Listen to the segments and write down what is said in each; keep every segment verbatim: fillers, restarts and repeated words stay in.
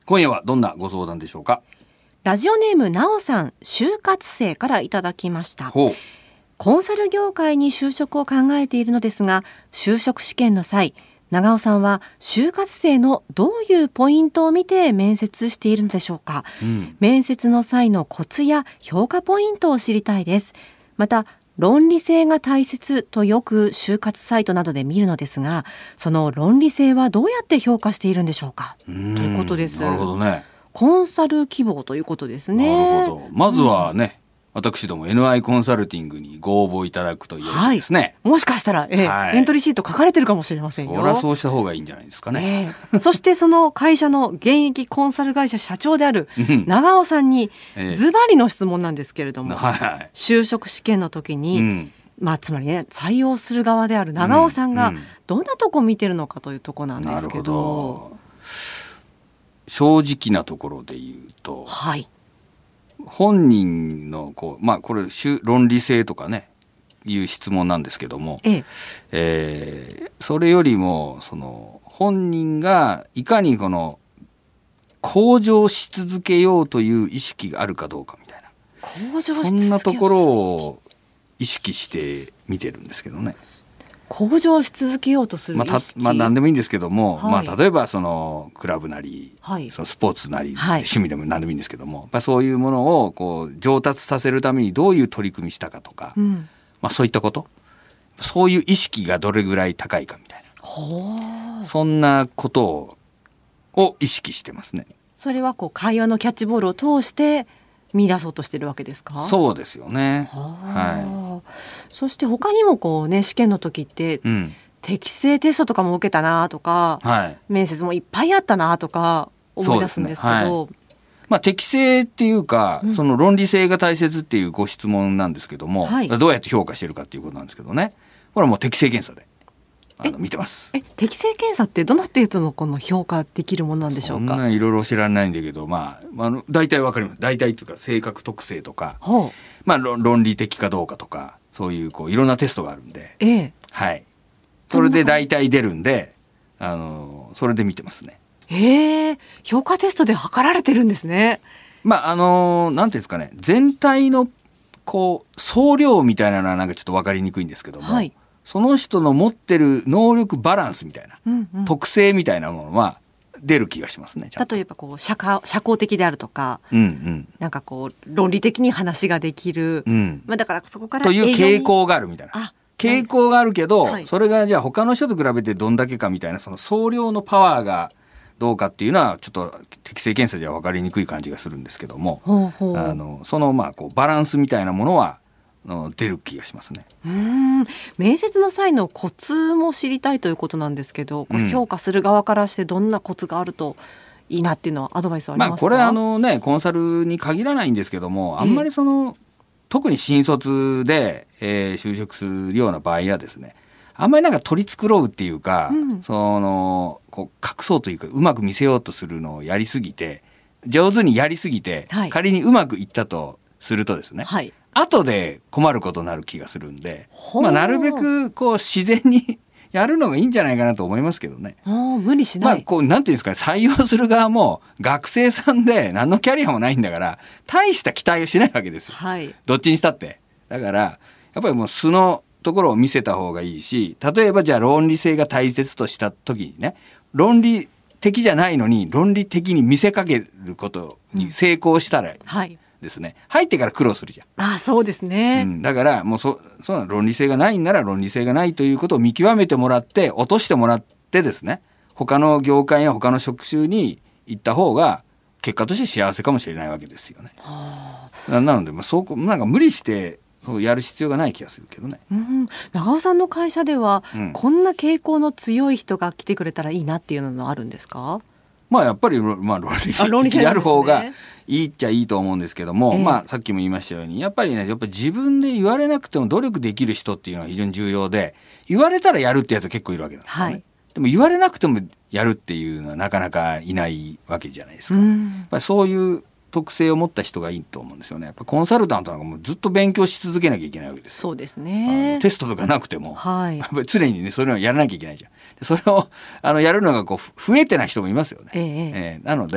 今夜はどんなご相談でしょうか。 ラジオネームなおさん、就活生からいただきました。 ほう。 コンサル業界に就職を考えているのですが、就職試験の際、長尾さんは就活生のどういうポイントを見て面接しているのでしょうか。うん、面接の際のコツや評価ポイントを知りたいです。また論理性が大切とよく就活サイトなどで見るのですが、その論理性はどうやって評価しているんでしょうか。ということです。 なるほどね。 コンサル希望ということですね。 なるほど。まずはね、うん、私ども エヌアイ コンサルティングにご応募いただくとよろしいですね。はい、 もしかしたら、えーはい、エントリーシート書かれてるかもしれませんよ。 そりゃそうした方がいいんじゃないですかね。 えー、そしてその会社の現役コンサル会社社長である長尾さんにズバリの質問なんですけれども、えーはい、就職試験の時に、うんまあ、つまりね採用する側である長尾さんがどんなとこ見てるのかというところなんですけど、うんうん、 正直なところで言うと、はい、本人のこう、まあ、これ論理性とかねいう質問なんですけども、えええー、それよりもその本人がいかにこの向上し続けようという意識があるかどうかみたいな、向上し続けようとそんなところを意識して見てるんですけどね。 向上し続けようとする意識、 まあ、まあ何でもいいんですけども、はいまあ、例えばそのクラブなり、はい、そのスポーツなり、はい、趣味でも何でもいいんですけども、まあ、そういうものをこう上達させるためにどういう取り組みしたかとか、うんまあ、そういったことそういう意識がどれぐらい高いかみたいなほうそんなことを、を意識してますね。 それはこう会話のキャッチボールを通して見出そうとしてるわけですか。 そうですよね。はい、そして他にもこう、ね、試験の時って、うん、適性テストとかも受けたなとか、はい、面接もいっぱいあったなとか思い出すんですけど、 まあ、適性っていうか、うん、その論理性が大切っていうご質問なんですけども、はい、どうやって評価してるかっていうことなんですけどね。これはもう適性検査であの見てます。 え適性検査ってどの程度のこの評価できるものなんでしょうか。 そんないろいろ知らないんだけど、まあ、あの大体わかります。大体というか性格特性とか、まあ、論理的かどうかとかそういうこういろんなテストがあるんで、ええはい、それで大体出るんであのそれで見てますね。 へえ、評価テストで測られてるんですね。 まああのなんていうんですかね、全体のこう総量みたいなのはなんかちょっと分かりにくいんですけども、はい、その人の持ってる能力バランスみたいな、うんうん、特性みたいなものは出る気がしますね。 例えばこう 社, 社交的であるとか、うんうん、なんかこう論理的に話ができる、うんまあ、だからそこからという傾向があるみたいな。あ傾向があるけど、はい、それがじゃあ他の人と比べてどんだけかみたいなその総量のパワーがどうかっていうのはちょっと適性検査じゃ分かりにくい感じがするんですけども、ほうほうあのそのまあこうバランスみたいなものは出る気がしますね。 うーん面接の際のコツも知りたいということなんですけど、こう評価する側からしてどんなコツがあるといいなっていうのはアドバイスはありますか。まあ、 これあの、ね、コンサルに限らないんですけども、あんまりその、えー、特に新卒で、えー、就職するような場合はですね、あんまりなんか取り繕うっていうか、うん、そのこう隠そうというかうまく見せようとするのをやりすぎて上手にやりすぎて、はい、仮にうまくいったとするとですね、はい、後で困ることになる気がするんで、まあ、なるべくこう自然にやるのがいいんじゃないかなと思いますけどね。 無理しない、 まあ、こうなんていうんですか、採用する側も学生さんで何のキャリアもないんだから大した期待をしないわけですよ、はい、どっちにしたって。だからやっぱりもう素のところを見せた方がいいし、例えばじゃあ論理性が大切とした時にね、論理的じゃないのに論理的に見せかけることに成功したらですね、うんはい、入ってから苦労するじゃん。 ああそうですね、 うん、だからもう そ, その論理性がないんなら論理性がないということを見極めてもらって落としてもらってですね、他の業界や他の職種に行った方が結果として幸せかもしれないわけですよね。はあ、な, なので、まあ、そうなんか無理してやる必要がない気がするけどね。 うん、長尾さんの会社では、うん、こんな傾向の強い人が来てくれたらいいなっていうのはあるんですか。 まあやっぱり、まあ、論理的である方がいいっちゃいいと思うんですけども、えーまあ、さっきも言いましたようにやっぱりね、やっぱり自分で言われなくても努力できる人っていうのは非常に重要で、言われたらやるってやつは結構いるわけなんですよね、はい、でも言われなくてもやるっていうのはなかなかいないわけじゃないですか、うん、やっぱりそういう特性を持った人がいいと思うんですよね。やっぱコンサルタントなんかもうずっと勉強し続けなきゃいけないわけですよ。 そうですね。 テストとかなくても、はい、やっぱり常にねそれをやらなきゃいけないじゃん。それをあのやるのがこう不得手な人もいますよね、えええー、なので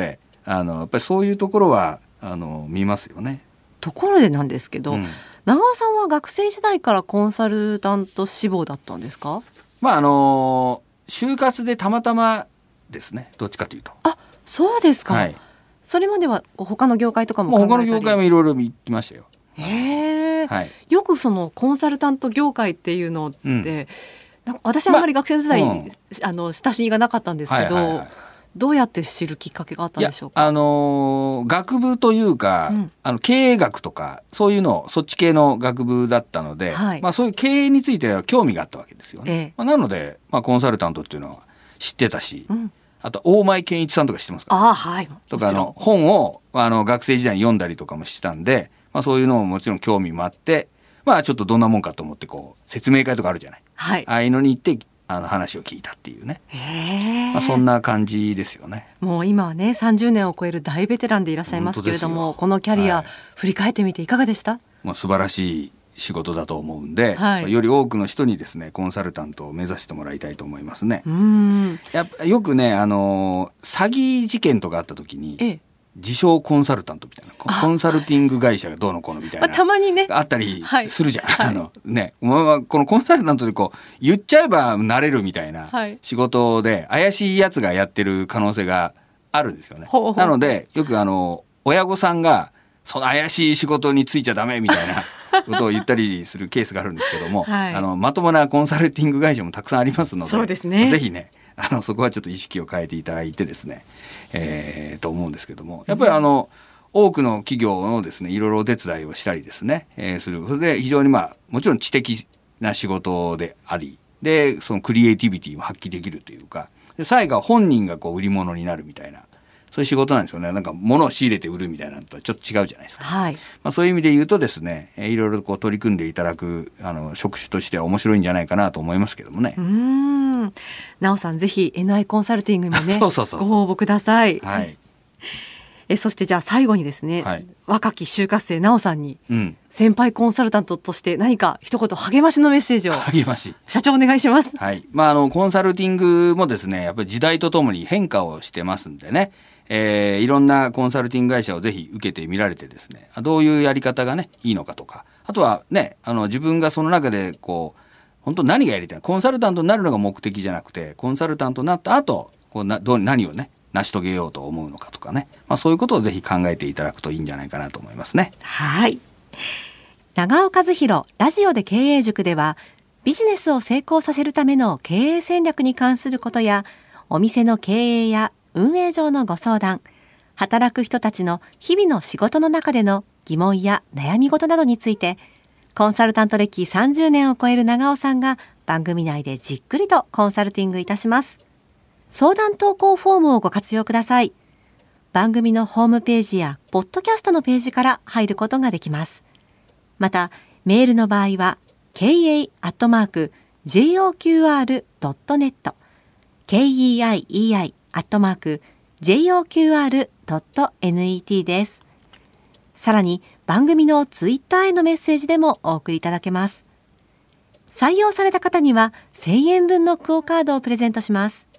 あのやっぱりそういうところはあの見ますよね。 ところでなんですけど、うん、長尾さんは学生時代からコンサルタント志望だったんですか？ まああの就活でたまたまですね。どっちかというと。 あ、そうですか、はい、それまでは他の業界とかも考えたり、 他の業界もいろいろ見ましたよ。 へー、はい、よくそのコンサルタント業界っていうのって、うん、なんか私はあんまり学生時代、まあうん、あの親しみがなかったんですけど、はいはいはい、どうやって知るきっかけがあったんでしょうか？ あのー、学部というか、うん、あの経営学とかそういうのそっち系の学部だったので、はい、まあ、そういう経営については興味があったわけですよね、ええ、まあ、なので、まあ、コンサルタントっていうのは知ってたし、うん、あと大前健一さんとか知ってますか？ あ、はい、 とかあの本をあの学生時代に読んだりとかもしてたんで、まあ、そういうのももちろん興味もあって、まあ、ちょっとどんなもんかと思ってこう説明会とかあるじゃない、はい、ああいうのに行ってあの話を聞いたっていうね、へ、まあ、そんな感じですよね。 もう今はねさんじゅうねんを超える大ベテランでいらっしゃいますけれども、このキャリア、はい、振り返ってみていかがでした？ まあ、素晴らしい仕事だと思うんで、はい、より多くの人にですねコンサルタントを目指してもらいたいと思いますね。うーん、やっぱよくね、あのー、詐欺事件とかあった時に、ええ、自称コンサルタントみたいなコンサルティング会社がどうのこうのみたいな、 まあ、たまにねあったりするじゃん、はい、あのね、まあ、このコンサルタントでこう言っちゃえばなれるみたいな仕事で怪しいやつがやってる可能性があるんですよね。ほうほう、なのでよくあの親御さんがその怪しい仕事に就いちゃダメみたいなことを言ったりするケースがあるんですけども、はい、あのまともなコンサルティング会社もたくさんありますので、 そうですね、 ぜひねあのそこはちょっと意識を変えていただいてですね、えー、と思うんですけども、やっぱりあの、うん、多くの企業のですねいろいろお手伝いをしたりですね、えー、する。それで非常にまあもちろん知的な仕事であり、でそのクリエイティビティも発揮できるというか、で最後は本人がこう売り物になるみたいな、そういう仕事なんですよね。なんか物を仕入れて売るみたいなのとはちょっと違うじゃないですか、はい、まあ、そういう意味で言うとですね、いろいろこう取り組んでいただくあの職種としては面白いんじゃないかなと思いますけどもね。 うーん、なおさんぜひ エヌアイ コンサルティングにもねそうそうそうそうご応募ください、はい、えそしてじゃあ最後にですね、はい、若き就活生なおさんに、うん、先輩コンサルタントとして何か一言励ましのメッセージを励まし社長お願いします。 はい、まあ、あのコンサルティングもですねやっぱり時代とともに変化をしてますんでね、えー、いろんなコンサルティング会社をぜひ受けてみられてですね、どういうやり方がねいいのかとか、あとはねあの自分がその中でこう本当何がやりたい、コンサルタントになるのが目的じゃなくて、コンサルタントになった後こうなどう何をね成し遂げようと思うのかとかね、まあ、そういうことをぜひ考えていただくといいんじゃないかなと思いますね。 はい、長尾和弘ラジオで経営塾ではビジネスを成功させるための経営戦略に関することや、お店の経営や運営上のご相談、働く人たちの日々の仕事の中での疑問や悩み事などについて、コンサルタント歴さんじゅうねんを超える長尾さんが番組内でじっくりとコンサルティングいたします。相談投稿フォームをご活用ください。番組のホームページやポッドキャストのページから入ることができます。またメールの場合は ケーエー アットマーク ジェイオーキューアール ドットネット ケーイーアイイーアイ アットマーク ジェイオーキューアール ドットネット です。さらに番組のツイッターへのメッセージでもお送りいただけます。採用された方にはせんえんぶんのクオカードをプレゼントします。